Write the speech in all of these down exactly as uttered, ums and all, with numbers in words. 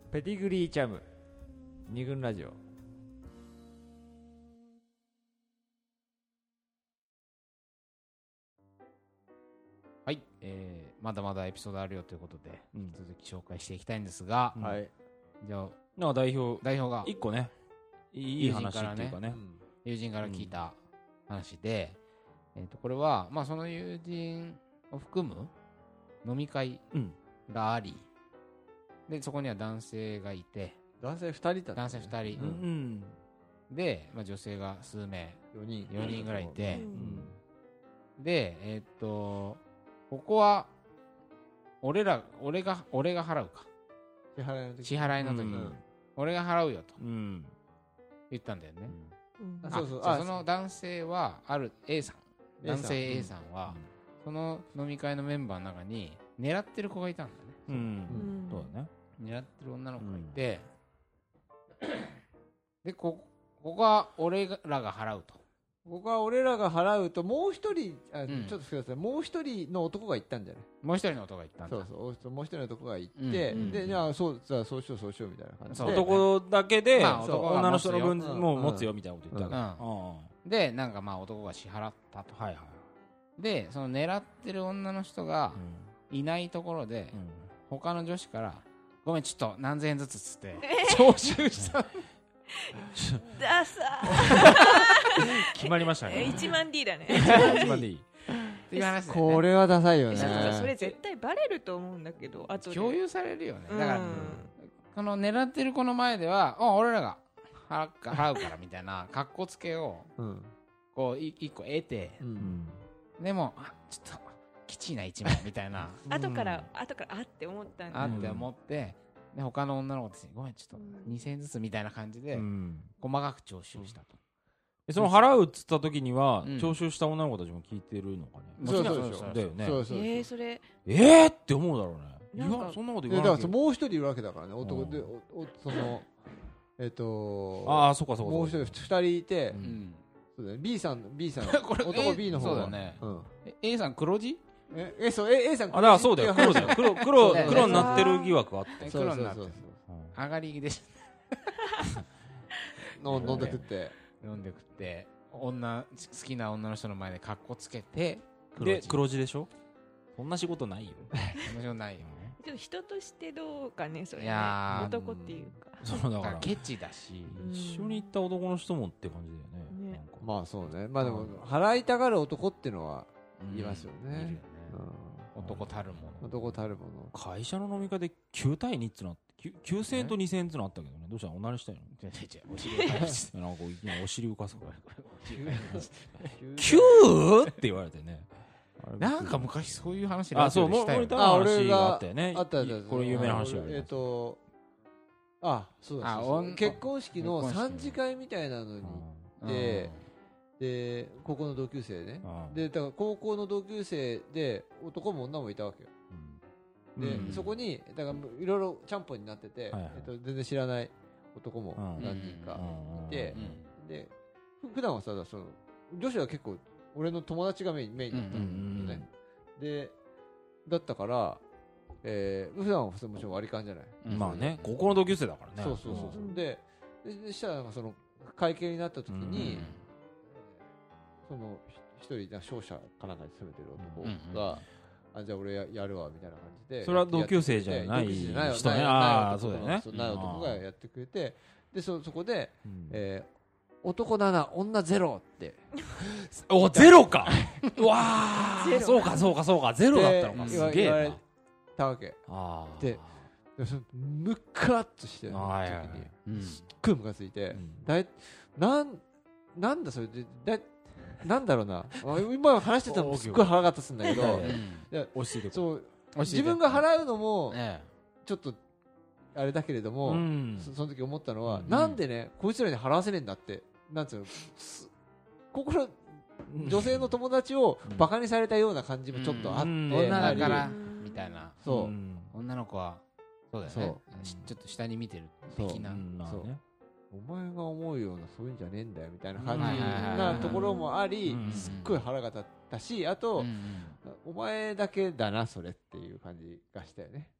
ペディグリーチャム二軍ラジオ。 はい、えー、まだまだエピソードあるよということで、うん、続き紹介していきたいんですが、 はい、 じゃあなんか代表代表が一個ね、いい話っていうかね、 友人から聞いた話で、うん、えー、とこれは、まあ、その友人を含む飲み会があり、うん、でそこには男性がいて、 男性ふたりだった、ね、 男性ふたり、うんうん、で、まあ、女性が数名よにん、 よにんぐらいいて、 うん、 で、えっ、ー、とここは俺ら俺が俺が払うか、 支払いの時支払いの時に、うん、俺が払うよと言ったんだよね、 うん、 あ、そうそう、あ、その男性はある A さん、男性 A さんは、うん、その飲み会のメンバーの中に狙ってる子がいたんだね、 うんうん、そうだね、 狙ってる女の子がいて、うん、で こ, ここは俺らが払うと、 ここは俺らが払うと、もう一人、あ、うん、ちょっとすみません、もう一人の男が行ったんじゃない？ もう一人の男が行ったんだ。 そうそう、もう一人の男が行って、うん、で、じゃあそうじゃあそうしようそうしようみたいな感じで、 男だけで、 まあ、 女の人の分も持つよみたいなこと言ったわけ、 うんうんうん、でなんかまあ男が支払ったと、はいはい、でその狙ってる女の人がいないところで、うん、他の女子からごめんちょっと何千円ずつつって徴収したダサ決まりましたね。 いちまん D だね。 いちまん D っていう話だよね。 これはダサいよね。 それ絶対バレると思うんだけど、あと共有されるよね。だから、うん、この狙ってる子の前では、あ、俺らが払うからみたいな格好つけを、うん、こう一個得て、うん、でもあちょっときちいな一枚みたいな。 後から後からあって思ったんだ。 あって思って。で他の女の子たちにごめんちょっとにせんえんずつみたいな感じで、うん、細かく徴収したと、 うん、その払うっつった時には、うん、徴収した女の子たちも聞いてるのかね。 そうそうそうだよね。 そうそうそう、えー、それえーって思うだろうね。いやそんなこと言わない。だからもう一人いるわけだからね、男で、おおそのえっとああそうかそうか、 もう一人二人いて、うん、そうだね、B さん B さんこれ男 B の方は、 そうだね、うん、A さん黒字ええそう A さんあだからそうだよ黒だよ黒黒黒になってる疑惑があって、 黒になってる上がりで飲んで食って飲んで食って女好きな女の人の前でカッコつけてで黒字でしょ。そんな仕事ないよ。 そんな仕事ないよ。 でも人としてどうかねそれね。 いや男っていうか。 そうだからケチだし一緒に行った男の人もって感じだよね。 ねまあそうね。まあでも払いたがる男ってのはいますよね。 いるよね。男たるもの。 男たるもの。 会社の飲み会できゅうたいにってのあってきゅうせんえんとにせんえんってのあったけどね。どうしたのおなりしたいの。 違う違うお尻を返してなんかいきなりお尻浮かすからきゅうって言われてね。 なんか昔そういう話あそうモニターの話があったよね。 あったこれ有名な話がえっとあそうだ結婚式のさん次会みたいなのにでで高校の同級生ね、でだから高校の同級生で男も女もいたわけよ、うん、で、うん、そこにだからいろいろちゃんぽんになってて、はいはい、えっと、全然知らない男も何人かいて、うん、で普段はさその女子は結構俺の友達がメインメインだったんだよね、うんうんうん、でだったから、えー、普段はもちろん割り勘じゃない、 うん、まあね高校の同級生だからね。 そうそうそうそう、うん、ででしたらその会計になった時に、うん、その一人勝者かなんかに勤めてる男が、うんうん、あじゃあ俺 や, やるわみたいな感じで、 それは同級生じゃない人ね。 ああそうだよね。ない男がやってくれて、で そ, そこで、うん、えー、男なな女ゼロっておゼロかうわーそうかそうかそうかゼロだったのかすげえな言われたわけ。あでムカッとしてる時にすっごいムカついて、うん、だいなんなんだそれでだいなんだろうな今話してたのもすっごい腹が立つんだけどそう自分が払うのもちょっとあれだけれども、うん、そ, その時思ったのは、うん、なんでねこいつらに払わせねえんだってなんつうの心女性の友達をバカにされたような感じもちょっとあって、うん、 女だからみたいなそう、うん、女の子はそうだよねそうちょっと下に見てる的な、そうお前が思うようなそういうんじゃねえんだよみたいな感じなところもあり、すっごい腹が立ったし、あと、うんうん、お前だけだなそれっていう感じがしたよね。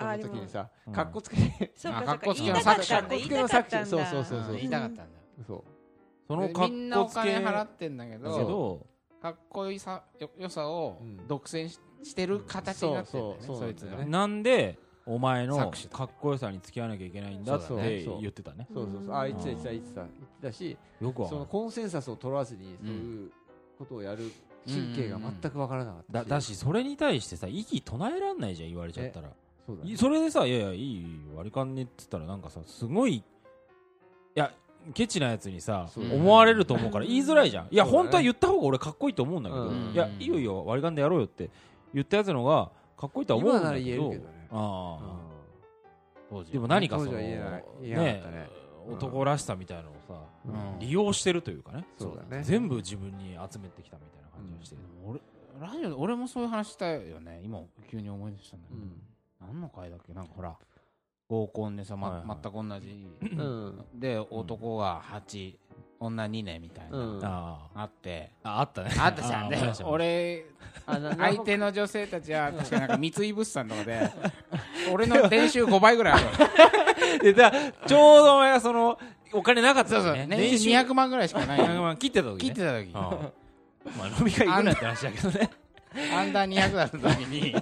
この時にさかっこつけてかっこつけの作者言いたかったんだそうそうそうそう言いたかったんだそうそのかっこつけみんなお金払ってんだけどかっこいいさ良さを独占してる形になってるんだよねそいつがなんでお前のかっこよさに付き合わなきゃいけないんだって言ってたね。 そうそうそう。あ、言ってた言ってた言ってたし、そのコンセンサスを取らずにそういうことをやる神経が全く分からなかったし。 だしそれに対してさ息唱えらんないじゃん言われちゃったら。それでさいやいやいい割り勘ねって言ったらなんかさすごいいやケチなやつにさ思われると思うから言いづらいじゃん。いや本当は言った方が俺かっこいいと思うんだけど、いやいいよいいよ割り勘でやろうよって言ったやつのがかっこいいとは思うんだけど。ああ、うん、でも何かそのね男らしさみたいなのをさ、うん、利用してるというかね、そうだね全部自分に集めてきたみたいな感じがして、 うん、俺ラジオで俺もそういう話したよね今急に思い出したんだけど、うん、何の回だっけなんかほら合コンでさ、まはいはい、全く同じ、うん、で男がはち女にねみたいな、うん、ああってああったねあったじゃんね俺相手の女性たちは確かなんか三井物産とかで俺の年収ごばいぐらいあるでだちょうどお前がそのお金なかったよね年収にひゃくまんぐらいしかないにひゃくまん切ってた時、ね、 切ってた時まあ飲み会行くなって話だけどねアンダーにひゃくだった時に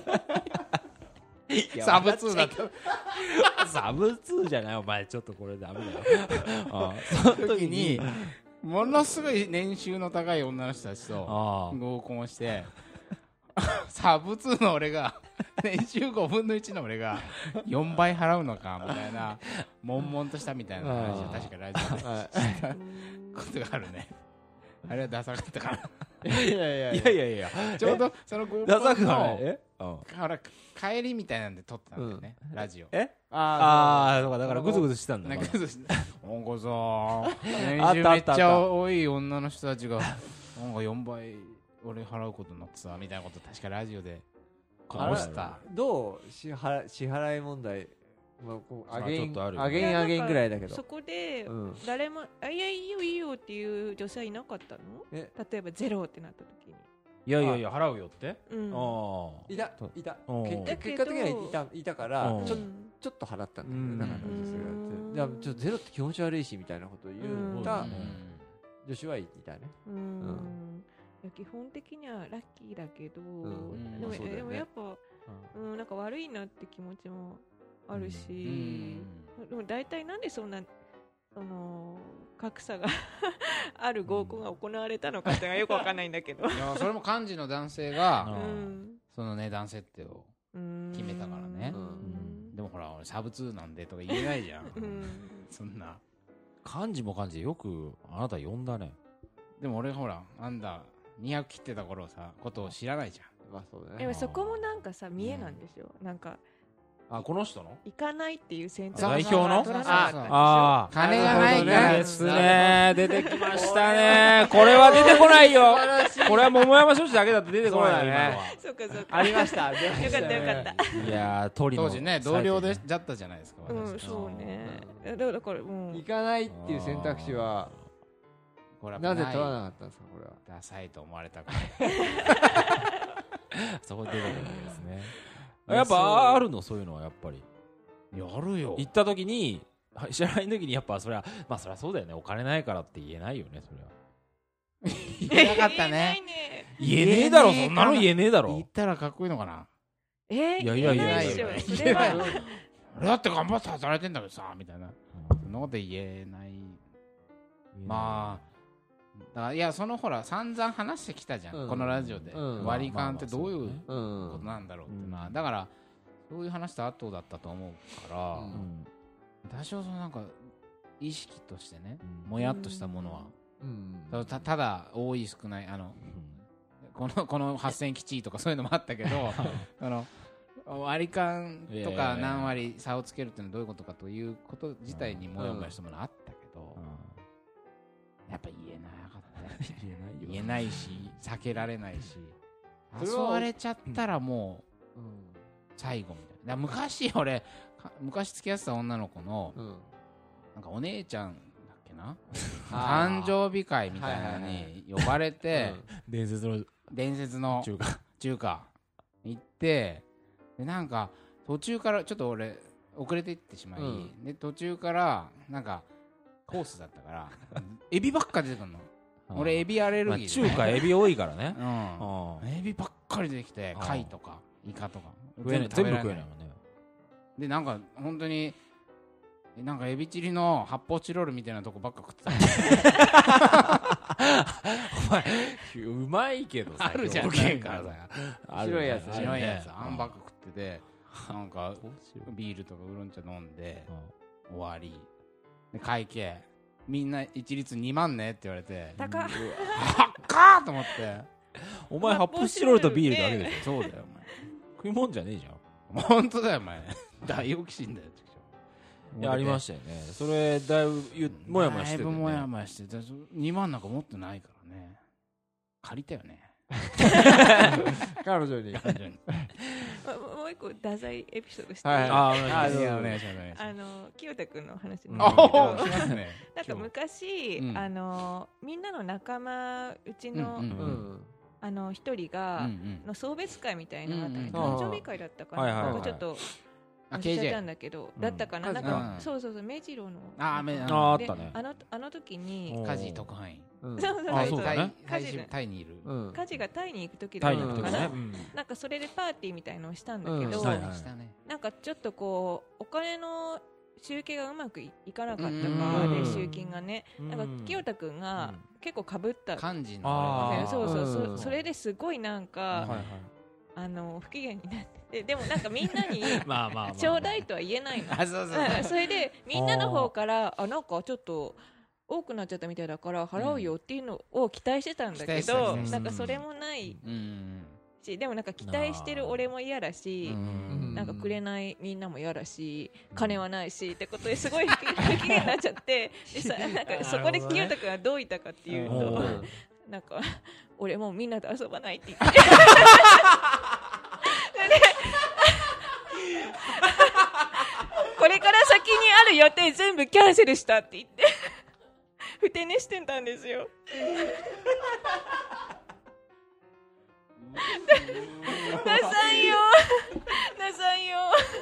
サブツーだったサブツーじゃないお前ちょっとこれダメだよああその時にものすごい年収の高い女の人たちと合コンをしてサブツーの俺が年収ごぶんのいちの俺がよんばい払うのかみたいな悶々としたみたいな話を確かラジオでしたことがあるねあれはダサかったからいやいやいやいやいやちょうどその合コンのダサくないえほら帰りみたいなんで撮ったんだよね、うん、ラジオえああだからグズグズしてたんだなんかグズグズなんかさ年収めっちゃ多い女の人たちがなんかよんばい俺払うことになってさみたいなこと確かラジオで話したどう支払支払い問題まあ、こうアゲンアゲンアゲンぐらいだけどそこで誰も、うん、あいやいいよいいよっていう女性はいなかったの例えばゼロってなった時にいやいやいや払うよって、 うん、 あいたいた結果的にはいたいたからちょちょっと払ったんだけどだから女性がやってちょっとゼロって気持ち悪いしみたいなことを言った女子はいたねうん、うんいや基本的にはラッキーだけど、うん、でも、ね、でもやっぱ、うん、なんか悪いなって気持ちもあるし、うん、でも大体なんでそんなその格差がある合コンが行われたのかってのはよくわかんないんだけどいやそれも幹事の男性が、うん、そのね男性ってを決めたからね、うん、でもほら俺サブツーなんでとか言えないじゃん、うん、そんな幹事も幹事でよくあなた呼んだねでも俺ほらなんだにひゃく切ってた頃さことを知らないじゃん、 まあそうだね、 でもそこもなんかさ見えなんですよ、うん、なんかあこの人の行かないっていう選択代表のああ金がないからですね出てきましたねこれは出てこないよこれは桃山商事だけだと出てこないねそうかそうかありましたよかったよかったいや当時ね同僚でだったじゃないですかうんそうねだからもう行かないっていう選択肢はなぜ取らなかったんですかこれはダサいと思われたからそこで出てくるわけですねやっぱあるのそういうのはやっぱりやるよ行った時に支払いの時にやっぱそれはまあそりゃそうだよねお金ないからって言えないよねそれは言えなかったね言えねえだろそんなの言えねえだろ言ったらかっこいいのかなえー、 いやいやいやいやそれは俺だって頑張って働いてんだけどさみたいなそんなこと言えないまあだからいやそのほら散々話してきたじゃん、うん、このラジオで、うん、割り勘ってどういうことなんだろうっていうのは、うん、だからそういう話した後だったと思うから、うん、多少そのなんか意識としてね、うん、もやっとしたものは、うん、た, ただ多い少ないあの、うん、このこのはっせん基地とかそういうのもあったけどあの割り勘とか何割差をつけるっていうのはどういうことかということ自体にもやもやしたものあったけど、やっぱ言えない言えないよ言えないし避けられないし誘われちゃったらもう、うん、最後みたいな。だ昔俺昔付き合ってた女の子の、うん、なんかお姉ちゃんだっけな誕生日会みたいなのに呼ばれて、 うん、伝説の伝説の中華中華行ってでなんか途中からちょっと俺遅れていってしまい、うん、で途中からなんかコースだったからエビばっか出てくるの俺エビアレルギー、 まあ、中華エビ多いからね、 うん、エビばっかり出てきて貝とかイカとか全部食べれないもんね。 でなんか本当になんかエビチリの発泡スチロールみたいなとこばっか食ってたお前うまいけどさあるじゃんからさ白いやつ白いやつあんばっか食っててなんかビールとかウーロン茶飲んで終わりで会計みんな一律にまんねって言われて高っ高っと思ってお前発泡スチロールとビールだけでしょ。 そうだよお前食い物じゃねえじゃん。 本当だよお前大好き心だよ。 いやありましたよね。それだいぶもやもやしてる、ね、 だいぶもやもやしててにまんなんか持ってないからね借りたよね彼女にもう一個太宰エピソードして、 はい、ああお願いします。 あの清田君の話なんですけど、 ね、 なんか昔、うん、あのみんなの仲間うちの、うんうんうん、あの一人が、うんうん、の送別会みたいなのがあったね、うんうん、誕生日会だったかな、はいはいはい、なんかちょっと忘れちゃったんだけど、だったかな、なんかそうそうそう明治郎のああったね。 あのあの時に家事特派員、 そうそうそうタイにいる、 家事がタイに行く時だったのかな、なんかそれでパーティーみたいのをしたんだけど、なんかちょっとこうお金の集計がうまくいかなかったからで集金がね、なんか清田君が結構かぶった幹事のそうそうそれですごいなんかあの不機嫌になって。で, でもなんかみんなにちょうだいとは言えないの。それでみんなの方からあなんかちょっと多くなっちゃったみたいだから払うよっていうのを期待してたんだけど、うん、なんかそれもないし、でもなんか期待してる俺も嫌だし、なんかくれないみんなも嫌だし、金はないしってことですごい不機嫌になっちゃってでさなんかそこで清田君はどういったかっていうと、なんか俺もうみんなと遊ばないって言ってこれから先にある予定全部キャンセルしたって言ってふて寝してたんですよダサいよダサいよ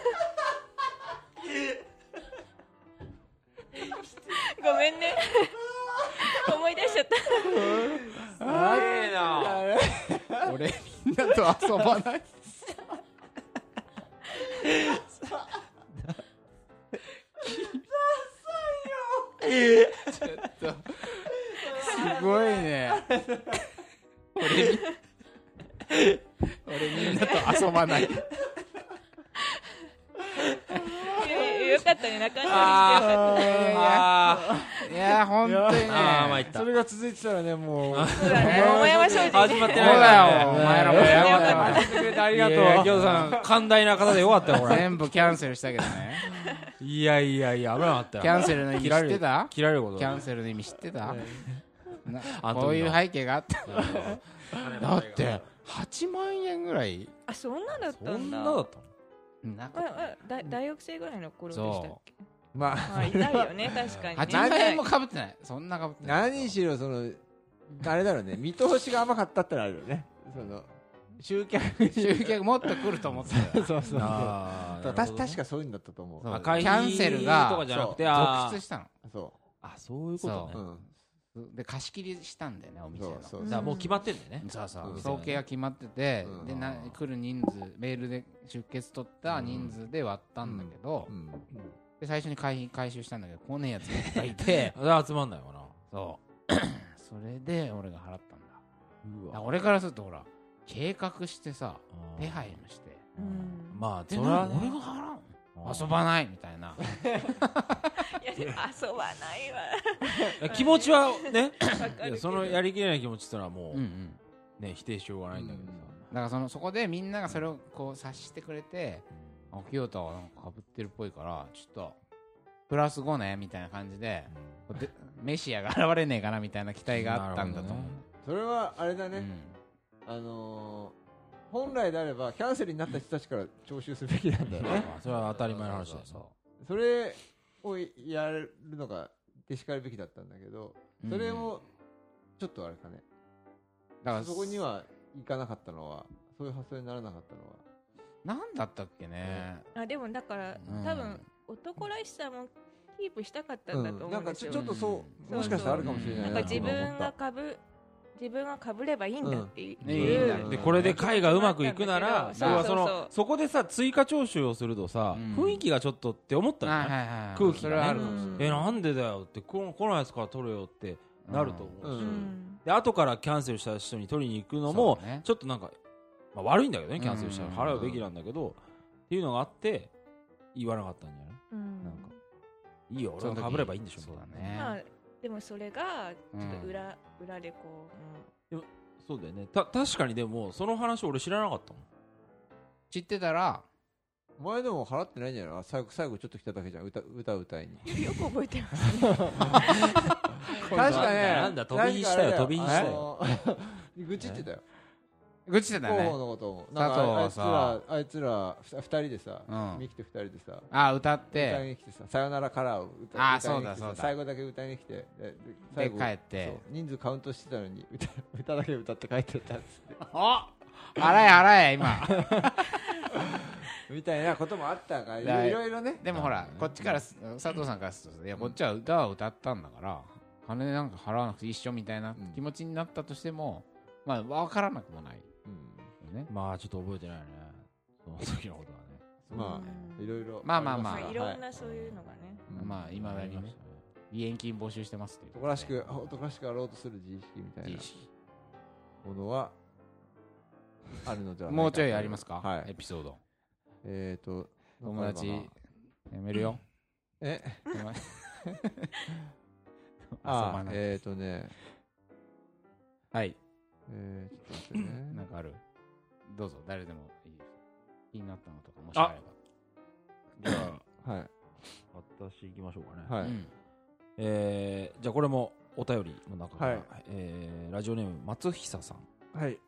ごめんね思い出しちゃったあれな俺みんなと遊ばないちょっとすごいね俺俺みんなと遊ばないよかったね、中西してよかったね。 いや本当にね、 それが続いてたらね、もうそうだね、桃山商事始まってないそうだよ、お前らもやってくれてありがとう。京さん寛大な方でよかったよ。これ全部キャンセルしたけどね。 いやいやいや危なかったよ。 キャンセルの意味知ってた？ 切られること。 キャンセルの意味知ってた？こういう背景があった。だってはちまんえんぐらい。 あ、そんなだったんだ。 そんなだったの？ なんかだ大学生ぐらいの頃でしたっけ？ まあ痛いよね、確かにね。 はちまんえんもかぶってない。そんなかぶってない。 何しろそのあれだろうね、見通しが甘かったってのあるよね。その集客集客もっと来ると思ってた。 そうそう。確かそういうんだったと思う。 キャンセルが続出したの。 そう。 あ、そういうことね。 で貸し切りしたんだよね、お店の。 そうそう、もう決まってんだよね。 そうそう、総計が決まってて、でな来る人数、メールで出血取った人数で割ったんだけど、で最初に回回収したんだけど、来ねえやつがいっぱいいて集まんないわな。 そうそれで俺が払ったんだ。うわ、俺からするとほら計画してさ、手配もして、 まあそれは俺が払う、遊ばないみたいな。 いや遊ばないわ。気持ちはね、そのやりきれない気持ちってのはもうね否定しようがないんだけどさ。 だからそのそこでみんながそれをこう察してくれて、清田はなんか被ってるっぽいからちょっとプラスごねみたいな感じでメシアが現れねえかなみたいな期待があったんだと思う。 それはあれだね。あの本来であればキャンセルになった人たちから徴収するべきなんだよね。 それは当たり前の話だよ。 それをやるのがでしかるべきだったんだけど、それもちょっとあれかね。だからそこには行かなかったのは、そういう発想にならなかったのは。 なんだったっけね。 あでもだから多分男らしさもキープしたかったんだと思うんですよ。 なんかちょっとそうもしかしたらあるかもしれない。 なんか自分が株自分は被ればいいんだっていう、 うん、でこれで会がうまくいくなら、それはそのそこでさ追加徴収をするとさ、うん、雰囲気がちょっとって思ったのね、はいはいはい、空気がね、えなんでだよってこのやつから取れよってなると思うし、うん、で後からキャンセルした人に取りに行くのも、ね、ちょっとなんか、まあ、悪いんだけどね、キャンセルしたら払うべきなんだけど、うん、っていうのがあって言わなかったんじゃない、うん、なんかいいよ俺は被ればいいんでしょ。 そうだね、 まあでもそれがちょっと裏、うん、裏でこう、うん、でもそうだよね。た確かにでもその話俺知らなかったもん。 知ってたらお前でも払ってないんじゃないの。最後最後ちょっと来ただけじゃん、歌歌歌いに。 よく覚えてますね確かねなんだ飛び火したよ飛び火したよ愚痴ってたよ。 愚痴ってたね。 広報のこともなんかあいつらあいつら二人でさ、ミキと二人でさ、 あ歌って歌いに来てさ、さよならカラーを歌あそうだそうだ最後だけ歌いに来て、 で最後帰って人数カウントしてたのに歌歌だけ歌って帰ってったんですって。 あ払え払え今みたいなこともあったから、いろいろね。 でもほらこっちから佐藤さんからすると、いやこっちは歌は歌ったんだから金なんか払わなくて一緒みたいな気持ちになったとしても、まあ分からなくもない。 ね、まあちょっと覚えてないねその時のことはね。 まあいろいろまあまあまあいろんなそういうのがね、 まあ今だにね義援金募集してますっていう男らしく男らしくあろうとする自意識みたいなものはあるのではないか。 もうちょいありますか、 はい、 エピソード。 えっと友達やめるよえあえっとねはいえー、ちょっと待ってねなんかある。どうぞ誰でもいいです。気になったのとかもしあれば。 じゃあはい私行きましょうかね。はい、うん、えー、じゃあこれもお便りの中から、はい、えー、ラジオネーム松久さん。はい、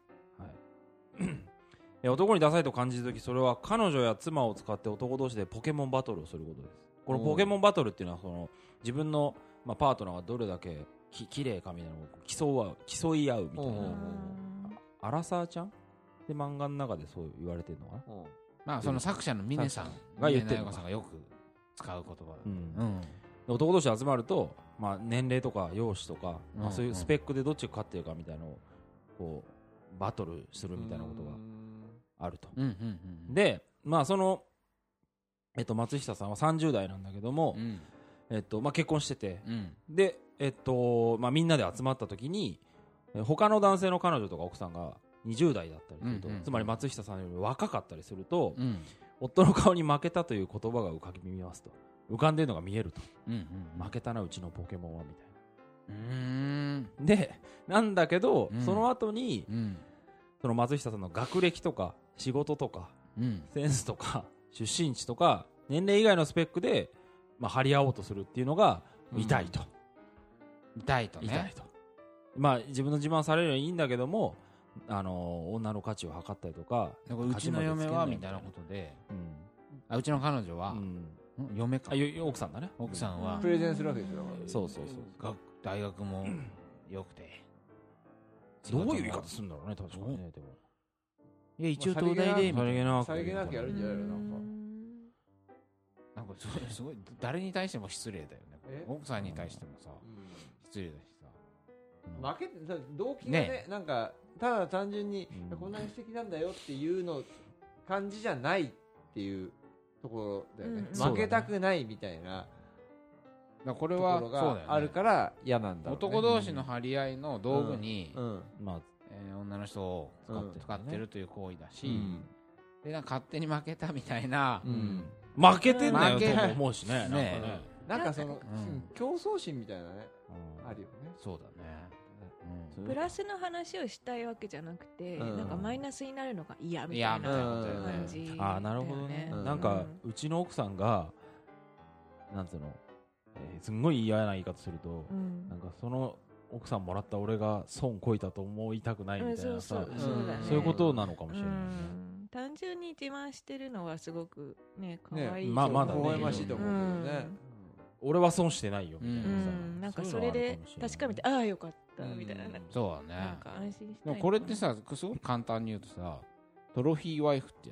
はい男にダサいと感じるとき、それは彼女や妻を使って男同士でポケモンバトルをすることです。このポケモンバトルっていうのはその自分の、まあ、パートナーがどれだけき綺麗かみたいなのを競う競い合うみたいな。アラサーちゃんって漫画の中でそう言われてるのかな。 まあその作者の峰さんが言ってるのさんがよく使う言葉だ、 うんうん、男同士集まると、まあ、年齢とか容姿とか、うんまあ、そういうスペックでどっちが勝ってるかみたいなのをこうバトルするみたいなことがあると、うんうんうん、でまあその、えっと、松下さんはさんじゅう代なんだけども、うんえっとまあ、結婚してて、うん、で、えっとまあ、みんなで集まった時に他の男性の彼女とか奥さんがにじゅう代だったりすると、うんうん、つまり松下さんより若かったりすると、うん、夫の顔に負けたという言葉が浮かび見ますと、浮かんでるのが見えると、うんうんうん、負けたなうちのポケモンはみたいな。うーんでなんだけど、うん、その後に、うん、その松下さんの学歴とか仕事とか、うん、センスとか出身地とか年齢以外のスペックで、まあ、張り合おうとするっていうのが痛いと、 うん、痛いとね痛いと、まあ、自分の自慢されるのはいいんだけども、あのー、女の価値を測ったりとか、 うちの嫁はみたいなことで、うん、あうちの彼女は、うん、嫁かあ奥さんだね、 奥さんはプレゼンするわけですよ。 そうそうそう大学も良くて、 どういう言い方するんだろうね確かにね。でもいや一応東大でさりげなくやるんじゃないの。なんかなんかすごい誰に対しても失礼だよね。奥さんに対してもさ、うん、失礼だしさ、 負けて動機が ね, ねなんかただ単純に、うん、こんなに素敵なんだよっていうの感じじゃないっていうところだよね、うん、負けたくないみたいな、 だこれはところがあるから嫌なんだろうね。 男同士の張り合いの道具に、うんうんまあえー、女の人を使って、うん、使ってるという行為だし、うん、でなんか勝手に負けたみたいな、うん、 負けてんだよと思うしね。 ねなんかねなんかその、うん、競争心みたいなね、うん、あるよね。 そうだね、 うん、プラスの話をしたいわけじゃなくて、うん、なんかマイナスになるのが嫌みたいな感じ、ね、 ああなるほどね、うん、なんかうちの奥さんがなんつうの、えー、すんごい嫌な言い方すると、うん、なんかその奥さんもらった俺が損こいたと思いたくないみたいなさ、うん、そうそう、うん、そういうことなのかもしれないね、 うん、単純に自慢してるのはすごくね可愛い、 ね、まあまだね微笑ましいと思うけどね、 うん、俺は損してないよみたいなさ、うん、 なんかそれで確かめてああよかったみたいな、うん、 そうだね。 なんか安心したい。 でもこれってさすごく簡単に言うとさトロフィーワイフってやつでしょ。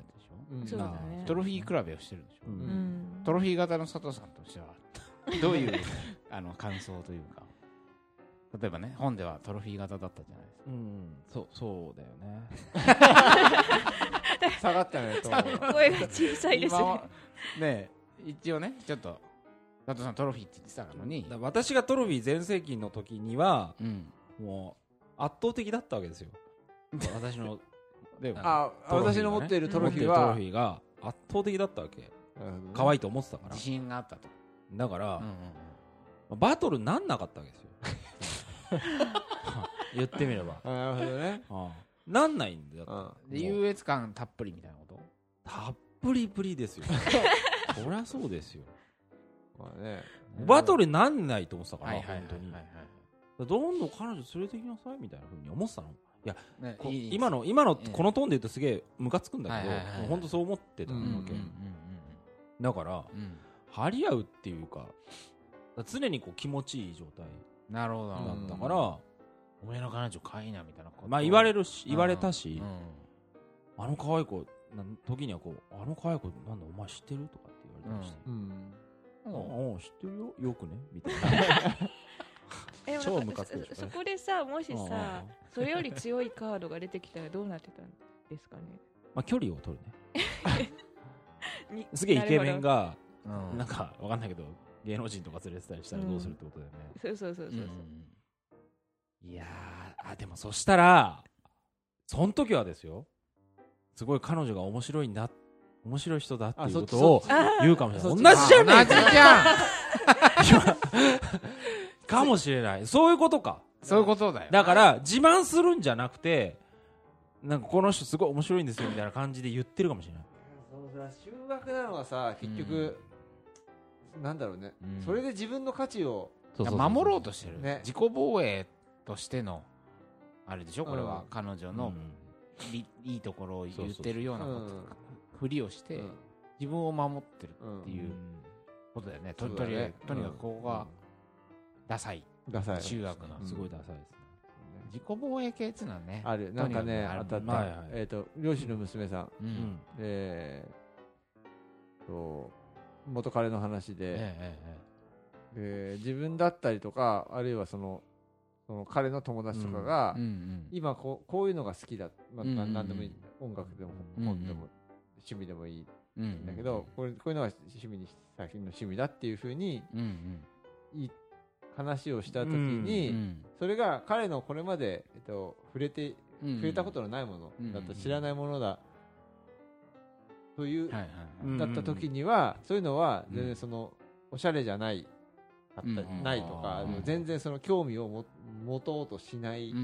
そうだね、 トロフィー比べをしてるでしょ、うん、トロフィー型の佐藤さんとしてはどういうあの感想というか、例えばね本ではトロフィー型だったじゃないですか、 うん、そうそうだよね下がったね声が小さいですねね一応ねちょっと佐藤さんトロフィーって言ってたのに、 私がトロフィー全盛期の時には、うん、もう圧倒的だったわけですよ私のでああ、ね、私の持っているトロフィーはトロフィーが圧倒的だったわけ、ね、可愛いと思ってたから自信があったと、 だから、うんうんうん、バトルなんなかったわけですよ言ってみればなるほどね、 ああなんないんだよ、 うん、優越感たっぷりみたいなこと、 たっぷりぷりですよそりゃそうですよ、 まあね、 バトルなんないと思ってたから、 はいはいはいはい、 本当にどんどん彼女連れてきなさいみたいな風に思ってたの。いや、ね、 いい今の今のこのトーンで言うとすげえムカつくんだけど、本当そう思ってたわけ、うんうんうんうん、だから、うん、張り合うっていうか常にこう気持ちいい状態なるほどだったから、うん、 お前の彼女可愛いなみたいなこと、 まあ言われるし言われたし、うん、あの可愛い子時にはこうあの可愛い子なんだお前知ってるとかって言われたりして、うんうん、ああ知ってるよよくねみたいな超ムカつくでしょ。 そこでさもしさそれより強いカードが出てきたらどうなってたんですかね。 まあ距離を取るねすげえイケメンがなんかわかんないけど芸能人とか連れてたりしたらどうするってことだよね、 うん、そうそうそうそう、 うん、いやーあでもそしたらその時はですよすごい彼女が面白いんだ面白い人だっていうことを言うかもしれない。同じじゃん同じじゃんかもしれない。そういうことか。 そういうことだよ。 だから自慢するんじゃなくてなんかこの人すごい面白いんですよみたいな感じで言ってるかもしれない。 そうだ修学なのはさ結局、うん、なんだろうね、うん、それで自分の価値をそうそうそうそう守ろうとしてる、ね、自己防衛としてのあれでしょこれは、うん、彼女の、うん、いいところを言ってるようなこと、うん、ふりをして、うん、自分を守ってるっていうことだよね、うん、と, と, ねとにかくここが、うんダサいダサい中学の、 うん、すごいダサいですね、 自己防衛系っていうのはねあるなんかね当たった、はいはい、えー、と漁師の娘さん、うん、えー、と元彼の話で、えーえー、自分だったりとかあるいはそのその彼の友達とかが、うんうんうん、今こ う, こういうのが好きだ、まあうんうんうん、何でもいい音楽でも本でも、うんうん、趣味でもいいんだけど、うんうん、こ, れこういうのが趣味に最近の趣味だっていう風に言って話をしたときに、うんうん、それが彼のこれまで、えっと、触れて、うんうん、触れたことのないものだった、うんうん、知らないものだという、はいはいはい、だったときには、うん、そういうのは全然その、うん、おしゃれじゃないかった、うん、ないとか、うん、全然その興味をも持とうとしない、うんうん、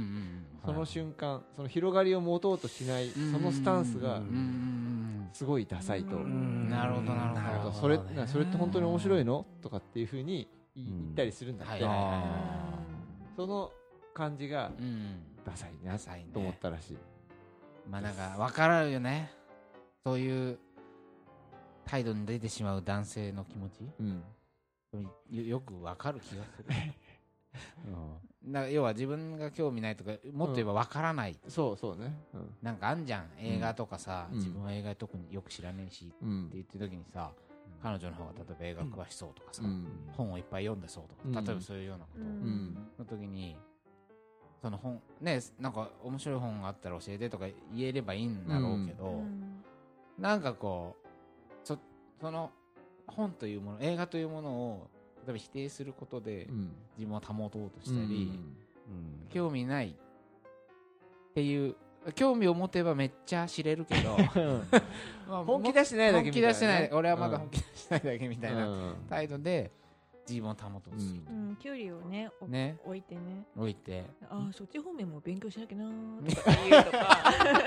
その瞬間、はい、その広がりを持とうとしない、うん、そのスタンスがすごいダサいと、うん、 なるほどなるほどそれ、それって本当に面白いのとかっていうふうに言ったりするんだって、うん、その感じがダサいなと思ったらしい、うんね、 まあなんか分かるよねそういう態度に出てしまう男性の気持ち、うん、よ, よく分かる気がする、うん、だから要は自分が興味ないとかもっと言えば分からない、 うん、そうそうね、うん、 なんかあんじゃん映画とかさ、うん、自分は映画特によく知らねえし、うん、って言ってる時にさ彼女の方が例えば映画詳しそうとかさ、うん、本をいっぱい読んでそうとか、うん、例えばそういうようなことの時に、その本ねなんか面白い本があったら教えてとか言えればいいんだろうけど、うん、なんかこう そ, その本というもの映画というものを例えば否定することで自分を保とうとしたり、うんうん、興味ないっていう興味を持てばめっちゃ知れるけどまあ、本気出してないだけみたいな、ね、 本気出してない俺はまだ本気出してないだけみたいな態度で自分を保とうとする、 うんうん、距離を ね, ね置いてね置いてああそっち方面も勉強しなきゃなとか言うとか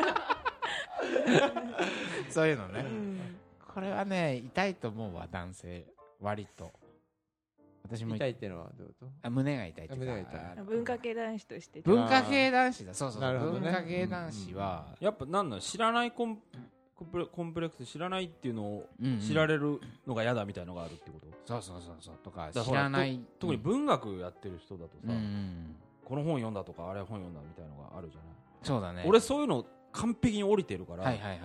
そういうのね、うん、これはね痛いと思うわ男性割と私も痛いっていうのはどういうことあ胸が痛いって胸が痛い文化系男子として文化系男子だそうそう、 ね、 文化系男子は、 うん、やっぱなんだ知らないコンコンプレックス知らないっていうのを知られるのが嫌だみたいなのがあるってこと、 うんうん、そうそうそうそうとか知らない特に文学やってる人だとさ、うん、この本読んだとかあれ本読んだみたいなのがあるじゃないそうだね俺そういうの完璧に降りてるから、 はいはいはいはい、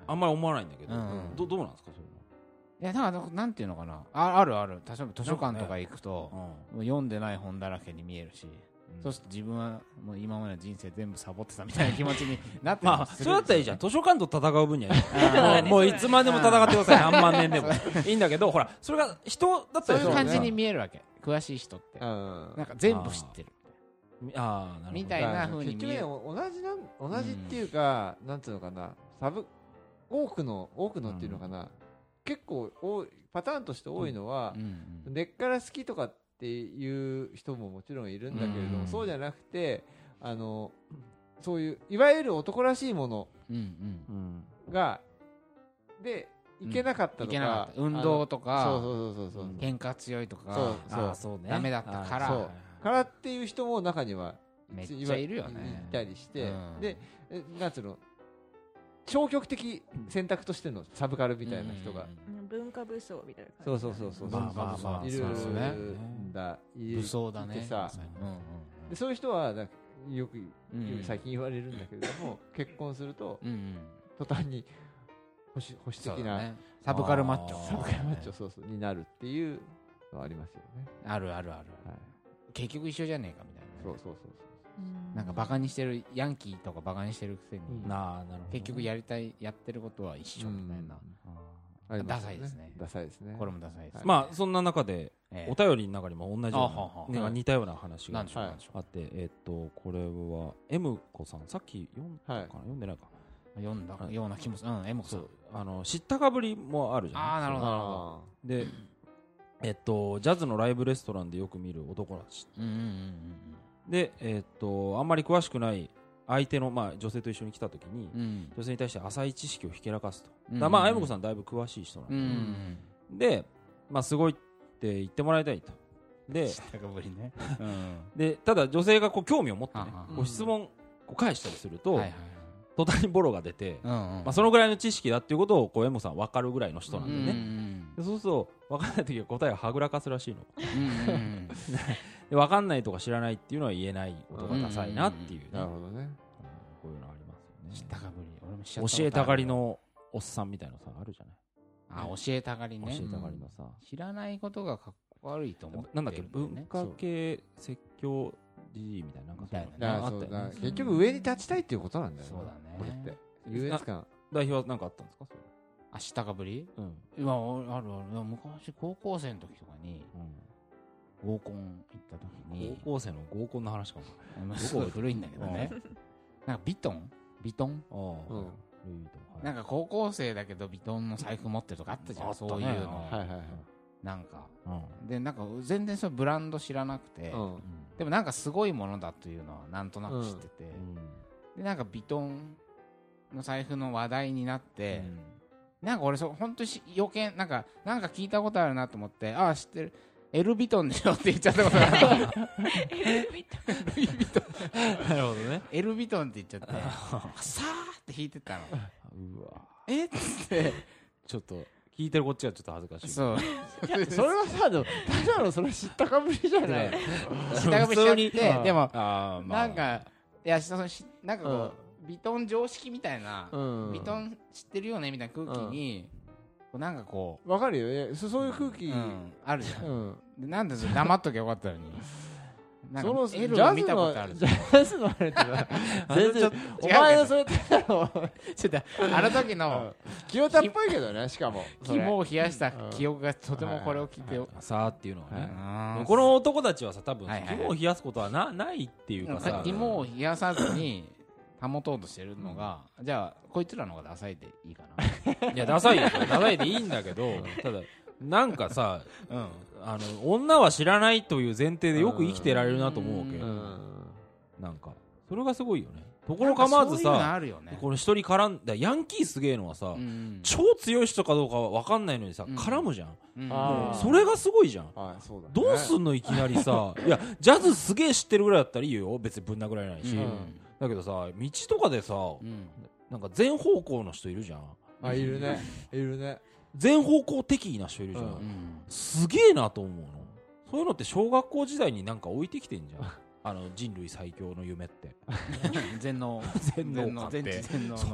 あんまり思わないんだけど、どどうなんですかそれ。 いやだからなんていうのかな、ああるある、例えば図書館とか行くと、ね、読んでない本だらけに見えるし、うん、そうすると自分はもう今までの人生全部サボってたみたいな気持ちになってまあそれだったらいいじゃん、図書館と戦う分にはもういつまでも戦ってください、何万年でもいいんだけど、ほらそれが人だったらそういう感じに見えるわけ、詳しい人ってなんか全部知ってるああみたいな風に見える。 同じなん同じっていうか、うん、なんていうのかな、サブ多くの多くのっていうのかな、うん、結構多いパターンとして多いのは、うんうん、根っから好きとかっていう人ももちろんいるんだけれども、うんうん、そうじゃなくて、あのそういういわゆる男らしいものが、うんうん、でいけなかったとか、 うん、運動とかそうそうそうそう喧嘩強いとか、 そうそうそう、ね、 ダメだったからそうからっていう人も中にはめっちゃいるよね、 いたりして、うん、でなんつうの消極的選択としてのサブカルみたいな人が、 うん、文化武装みたいな感じ、そうそうそうそう、まあまあまあいるんだ、 武装だねさ、うんうん、でそういう人はよく最近言われるんだけれども、うん、結婚すると、うんうん、途端に保守保守的な、ね、 サブカルマッチョサブカルマッチョそうそうになるっていうのはありますよね。 あるあるある、はい、結局一緒じゃねえかみたいな、ね、 そうそうそうそう、 なんかバカにしてるヤンキーとかバカにしてるくせに、 うん、ななるほど、 結局やりたいやってることは一緒みたいな、うん、ダサいですね。 ダサいですね。 これもダサいです、ね。 まあそんな中で、えー、お便りの中にも同じような、ね、似たような話があって、えっとこれは M 子さん、さっき読んだかな、はい、読んでないか読んだような気もする。うん、M 子さん、 あの知ったかぶりもあるじゃない。 ああ、なるほどなるほど。 で、えっとジャズのライブレストランでよく見る男たち。うんうんうんうん。で、えー、っとあんまり詳しくない相手の、まあ、女性と一緒に来た時に、うん、女性に対して浅い知識をひけらかすと、うんうん、だまああやむこさんだいぶ詳しい人なんで、うんうん、で、まあ、すごいって言ってもらいたいと。で, ねうん、でただ女性がこう興味を持って、ね、こう質問を返したりすると、はいはいはい、途端にボロが出て、うんうん、まあ、そのぐらいの知識だっていうことをこうエモさん分かるぐらいの人なんでね、うんうん、でそうすると分からない時は答えをはぐらかすらしいの、うんうん、で分かんないとか知らないっていうのは言えないことがダサいなっていう、ね、 なるほどね、 こういうのありますよね。 知ったかぶり、俺も知った教えたがりのおっさんみたいなさあるじゃない。 あ、教えたがりね。 教えたがりのさ、 うん、知らないことがかっこ悪いと思って、ね、 なんだっけ、文化系説教じじいみたいな、なんかそういうの、 ね、あったよね。結局上に立ちたいっていうことなんだよね。 そうだね。 これって優越感。 代表は何かあったんですかそれ。 あ、知ったかぶり？ うん。 今あるある。昔高校生の時とかに、うん、合コン行った時に。 高校生の合コンの話かも。 すごい古いんだけどね。なんかビトンビトン、ああ、うん、なんか高校生だけどビトンの財布持ってるとかあったじゃん、そういうの、はいはいはい、なんか、うん、でなんか全然そのブランド知らなくて、うん、でもなんかすごいものだというのはなんとなく知ってて、うん、でなんかビトンの財布の話題になって、うん、なんか俺そ本当に余計なんかなんか聞いたことあるなと思って、ああ知ってる、エルビトンでしょって言っちゃったことがある。エルビトン。 なるほどね。 エルビトンって言っちゃって、さーって弾いてたの。うわ。えっつって、 ちょっと聞いてるこっちはちょっと恥ずかしい。 そう。それはさ、ただのそれ知ったかぶりじゃない。 知ったかぶりしちゃって、でもなんかいやそのなんかこうビトン常識みたいな、ビトン知ってるよねみたいな空気に。なんかこうわかるよ、そそういう空気、うん、 あるじゃん、うん、でなんで黙っときゃよかったのになんかそのエルを見たことあるジャズのあれって全然お前のそれってちょっとあの時の清田っぽいけどね、しかも肝を冷やした記憶がとてもこれを聞いてよさあっていうのはね、この男たちはさ多分肝を冷やすことはなないっていうかさ、 肝を冷やさずに保とうとしてるのが、うん、じゃあこいつらの方がダサいでいいかな。 いやダサいよ、ダサいでいいんだけど、ただなんかさ、うん、あの女は知らないという前提でよく生きてられるなと思うわけ、うん、なんかそれがすごいよね。ところ構わずさ、ね、この一人絡んだヤンキーすげえのはさ、うん、超強い人かどうかは分かんないのにさ、うん、絡むじゃん、うん、もうそれがすごいじゃん、ああそうだね、どうすんのいきなりさいやジャズすげえ知ってるぐらいだったらいいよ、別にぶん殴られないし、うん、だけどさ道とかでさ、うん、なんか全方向の人いるじゃん。 あ、いるねいるね、 全方向敵意な人いるじゃん、うん、すげえなと思うの。そういうのって小学校時代になんか置いてきてんじゃんあの人類最強の夢って全能全能かって全能それ持っ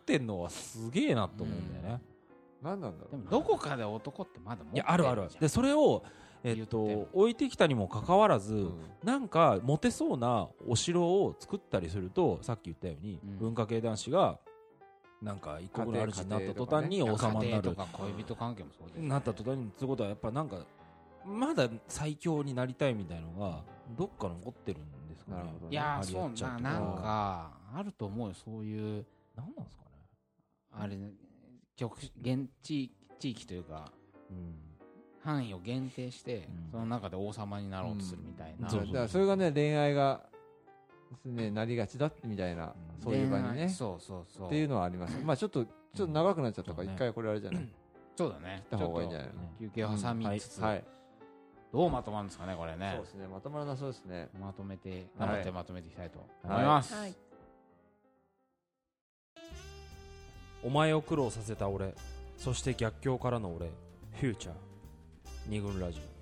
ってんのはすげえなと思うんだよね、 うん、何なんだろう。 でもどこかで男ってまだ持ってるじゃん。いやあるある。でそれをえっと置いてきたにもかかわらず、うん、なんかモテそうなお城を作ったりすると、さっき言ったように、うん、文化系男子がなんか一国の主になった途端に王様になるとか恋人関係もそうですね。 なった途端にってことはやっぱなんかまだ最強になりたいみたいのがどっか残ってるんですかね。 いやそうな、なんかあると思うよ、そういう。 なんなんですかねあれ、局現地地域というか、うん、範囲を限定して、うん、その中で王様になろうとするみたいな、うん、 そうだからそれがね恋愛がねなりがちだみたいな、うん、そういう場にね、 そうそうそうっていうのはあります。まあちょっとちょっと長くなっちゃったから一回これあれじゃない。 そうだね。 切った方がいいんじゃないの。 休憩を挟みつつ、 はい。 どうまとまるんですかねこれね。 そうですね、まとまらなそうですね。 まとめて頑張ってまとめていきたいと思います。はい。 お前を苦労させた俺、そして逆境からの俺、フューチャー二軍ラジオ。